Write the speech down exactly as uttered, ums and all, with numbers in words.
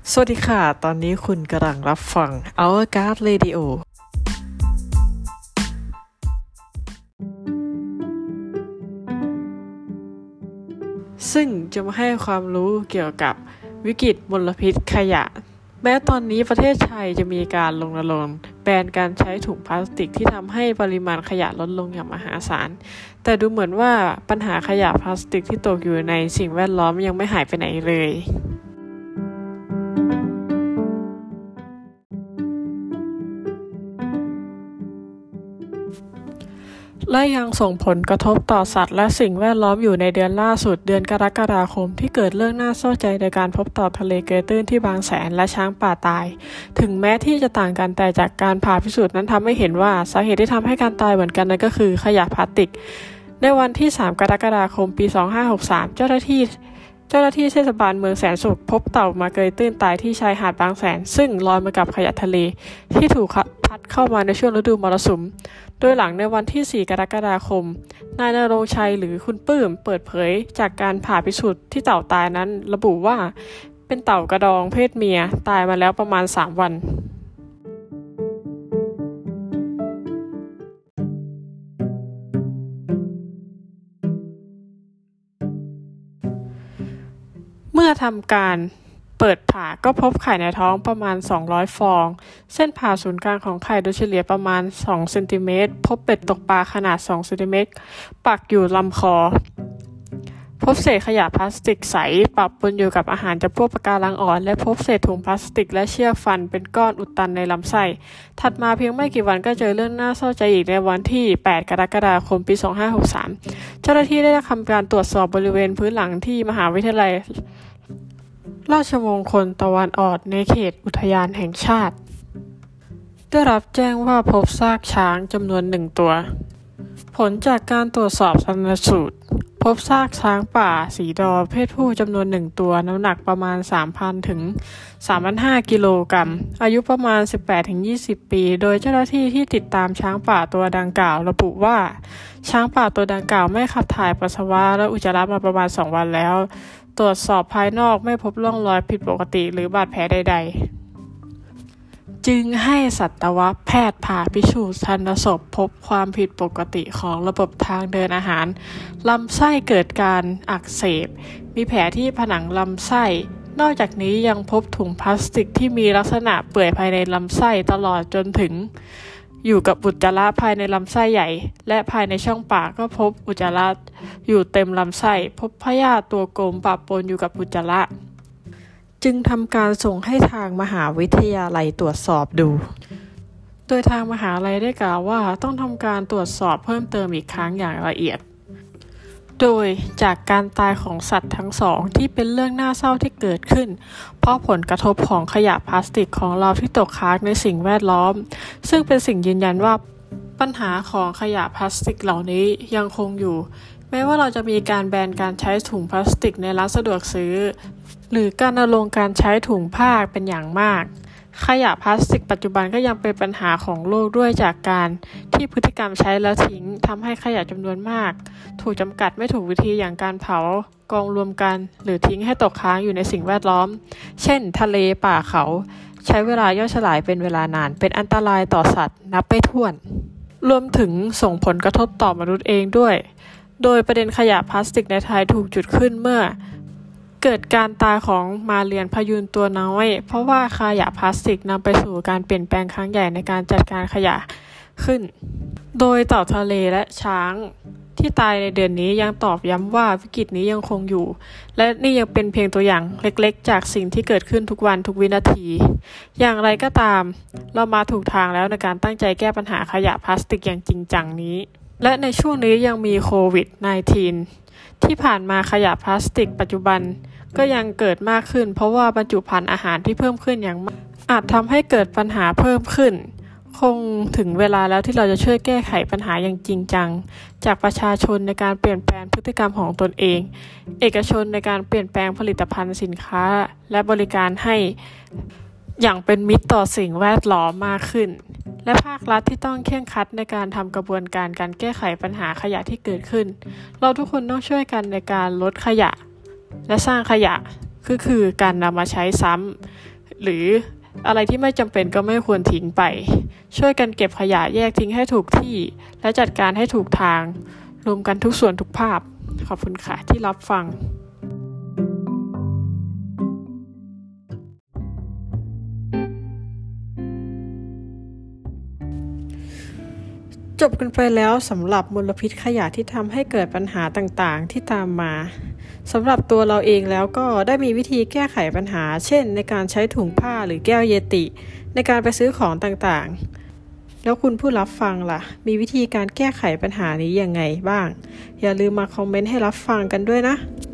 สวัสดีค่ะตอนนี้คุณกำลังรับฟัง Our Guard Radio ซึ่งจะมาให้ความรู้เกี่ยวกับวิกฤตมลพิษขยะแม้ตอนนี้ประเทศไทยจะมีการรณรงค์แบนการใช้ถุงพลาสติกที่ทำให้ปริมาณขยะลดลงอย่างมหาศาลแต่ดูเหมือนว่าปัญหาขยะพลาสติกที่ตกอยู่ในสิ่งแวดล้อมยังไม่หายไปไหนเลยและยังส่งผลกระทบต่อสัตว์และสิ่งแวดล้อมอยู่ในเดือนล่าสุดเดือนกรกฎาคมที่เกิดเรื่องน่าเศร้าใจในการพบเต่าทะเลเกยตื้นที่บางแสนและช้างป่าตายถึงแม้ที่จะต่างกันแต่จากการผ่าพิสูจน์นั้นทำให้เห็นว่าสาเหตุที่ทำให้การตายเหมือนกันนั่นก็คือขยะพลาสติกในวันที่สามกรกฎาคมปีสองพันห้าร้อยหกสิบสามเจ้าหน้าที่เจ้าหน้าที่เทศบาลเมืองแสนสุขพบเต่ามาเกยตื้นตายที่ชายหาดบางแสนซึ่งลอยมากับขยะทะเลที่ถูกพัดเข้ามาในช่วงฤดูมรสุมโดยหลังในวันที่สี่กรกฎาคมนายณรงค์ชัยหรือคุณปื้มเปิดเผยจากการผ่าพิสูจน์ที่เต่าตายนั้นระบุว่าเป็นเต่ากระดองเพศเมียตายมาแล้วประมาณสามวันเมื่อทำการเปิดผ่าก็พบไข่ในท้องประมาณสองร้อยฟองเส้นผ่าศูนย์กลางของไข่โดยเฉลี่ยประมาณสองเซนติเมตรพบเป็ดตกปลาขนาดสองเซนติเมตรปักอยู่ลำคอพบเศษขยะพลาสติกใสปะปนอยู่กับอาหารจำพวกปะการังอ่อนและพบเศษถุงพลาสติกและเชือกฟันเป็นก้อนอุดตันในลำไส้ถัดมาเพียงไม่กี่วันก็เจอเรื่องน่าเศร้าใจอีกในวันที่แปดกรกฎาคมปีสองพันห้าร้อยหกสิบสามเจ้าหน้าที่ได้ทำการตรวจสอบบริเวณพื้นหลังที่มหาวิทยาลัยราชมงคลตะวันออกในเขตอุทยานแห่งชาติได้รับแจ้งว่าพบซากช้างจำนวนหนึ่งตัวผลจากการตรวจสอบชันสูตรพบซากช้างป่าสีดอเพศผู้จำนวนหนึ่งตัวน้ำหนักประมาณ สามพัน ถึง สามพันห้าร้อย กิโลกรัมอายุประมาณ สิบแปดถึงยี่สิบ ปีโดยเจ้าหน้าที่ที่ติดตามช้างป่าตัวดังกล่าวระบุว่าช้างป่าตัวดังกล่าวไม่ขับถ่ายปัสสาวะและอุจจาระมาประมาณสองวันแล้วตรวจสอบภายนอกไม่พบร่องรอยผิดปกติหรือบาดแผลใดๆจึงให้สัตวแพทย์ผ่าพิสูจน์ชันศพพบความผิดปกติของระบบทางเดินอาหารลำไส้เกิดการอักเสบมีแผลที่ผนังลำไส้นอกจากนี้ยังพบถุงพลาสติกที่มีลักษณะเปื่อยภายในลำไส้ตลอดจนถึงอยู่กับอุจจาระภายในลำไส้ใหญ่และภายในช่องปากก็พบอุจจาระอยู่เต็มลำไส้พบพยาธิตัวกลมปะปนอยู่กับอุจจาระจึงทำการส่งให้ทางมหาวิทยาลัยตรวจสอบดูโดยทางมหาลัยได้กล่าวว่าต้องทำการตรวจสอบเพิ่มเติมอีกครั้งอย่างละเอียดโดยจากการตายของสัตว์ทั้งสองที่เป็นเรื่องน่าเศร้าที่เกิดขึ้นเพราะผลกระทบของขยะพลาสติกของเราที่ตกค้างในสิ่งแวดล้อมซึ่งเป็นสิ่งยืนยันว่าปัญหาของขยะพลาสติกเหล่านี้ยังคงอยู่แม้ว่าเราจะมีการแบนการใช้ถุงพลาสติกในร้านสะดวกซื้อหรือการรณรงค์การใช้ถุงผ้าเป็นอย่างมากขยะพลาสติกปัจจุบันก็ยังเป็นปัญหาของโลกด้วยจากการที่พฤติกรรมใช้แล้วทิ้งทำให้ขยะจำนวนมากถูกจำกัดไม่ถูกวิธีอย่างการเผากองรวมกันหรือทิ้งให้ตกค้างอยู่ในสิ่งแวดล้อมเช่นทะเลป่าเขาใช้เวลาย่อยสลายเป็นเวลานานเป็นอันตรายต่อสัตว์นับไม่ถ้วนรวมถึงส่งผลกระทบต่อมนุษย์เองด้วยโดยประเด็นขยะพลาสติกในไทยถูกจุดขึ้นเมื่อเกิดการตายของมาเรียนพยูนตัวน้อยเพราะว่าขยะพลาสติกนำไปสู่การเปลี่ยนแปลงครั้งใหญ่ในการจัดการขยะขึ้นโดยเต่าทะเลและช้างที่ตายในเดือนนี้ยังตอกย้ำว่าวิกฤตนี้ยังคงอยู่และนี่ยังเป็นเพียงตัวอย่างเล็กๆจากสิ่งที่เกิดขึ้นทุกวันทุกวินาทีอย่างไรก็ตามเรามาถูกทางแล้วในการตั้งใจแก้ปัญหาขยะพลาสติกอย่างจริงจังนี้และในช่วงนี้ยังมีโควิด สิบเก้า ที่ผ่านมาขยะพลาสติกปัจจุบันก็ยังเกิดมากขึ้นเพราะว่าบรรจุภัณฑ์อาหารที่เพิ่มขึ้นอย่างมากอาจทำให้เกิดปัญหาเพิ่มขึ้นคงถึงเวลาแล้วที่เราจะช่วยแก้ไขปัญหาอย่างจริงจังจากประชาชนในการเปลี่ยนแปลงพฤติกรรมของตนเองเอกชนในการเปลี่ยนแปลงผลิตภัณฑ์สินค้าและบริการให้อย่างเป็นมิตรต่อสิ่งแวดล้อมมากขึ้นและภาครัฐที่ต้องเคร่งครัดในการทำกระบวนการการแก้ไขปัญหาขยะที่เกิดขึ้นเราทุกคนต้องช่วยกันในการลดขยะและสร้างขยะก็คือการนำมาใช้ซ้ำหรืออะไรที่ไม่จำเป็นก็ไม่ควรทิ้งไปช่วยกันเก็บขยะแยกทิ้งให้ถูกที่และจัดการให้ถูกทางรวมกันทุกส่วนทุกภาพขอบคุณค่ะที่รับฟังจบกันไปแล้วสำหรับมลพิษขยะที่ทำให้เกิดปัญหาต่างๆที่ตามมาสำหรับตัวเราเองแล้วก็ได้มีวิธีแก้ไขปัญหาเช่นในการใช้ถุงผ้าหรือแก้วเยติในการไปซื้อของต่างๆแล้วคุณผู้รับฟังล่ะมีวิธีการแก้ไขปัญหานี้ยังไงบ้างอย่าลืมมาคอมเมนต์ให้รับฟังกันด้วยนะ